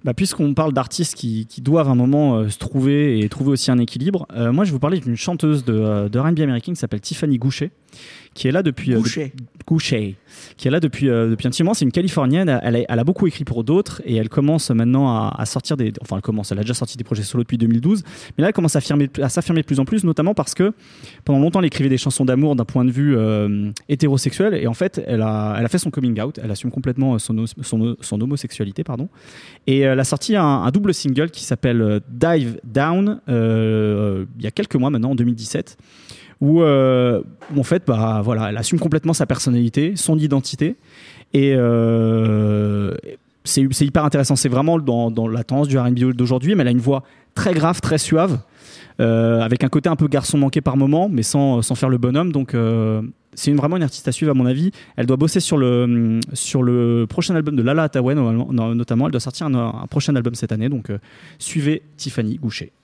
Puisqu'on parle d'artistes qui doivent à un moment se trouver et trouver aussi un équilibre, moi je vais vous parler d'une chanteuse de R&B américaine qui s'appelle Tiffany Goucher, qui est là depuis Goucher, qui est là depuis un petit moment. C'est une Californienne. Elle a beaucoup écrit pour d'autres et elle commence maintenant à sortir elle a déjà sorti des projets solo depuis 2012, mais là elle commence à s'affirmer de plus en plus, notamment parce que pendant longtemps elle écrivait des chansons d'amour d'un point de vue hétérosexuel, et en fait elle a fait son coming out, elle assume complètement son homosexualité, pardon, et elle a sorti un double single qui s'appelle Dive Down il y a quelques mois maintenant, en 2017, où en fait elle assume complètement sa personnalité, son identité, et c'est hyper intéressant. C'est vraiment dans la tendance du R&B d'aujourd'hui, mais elle a une voix très grave, très suave, avec un côté un peu garçon manqué par moment, mais sans faire le bonhomme. Donc c'est vraiment une artiste à suivre à mon avis. Elle doit bosser sur le prochain album de Lala Hathaway notamment. Elle doit sortir un prochain album cette année, donc suivez Tiffany Goucher.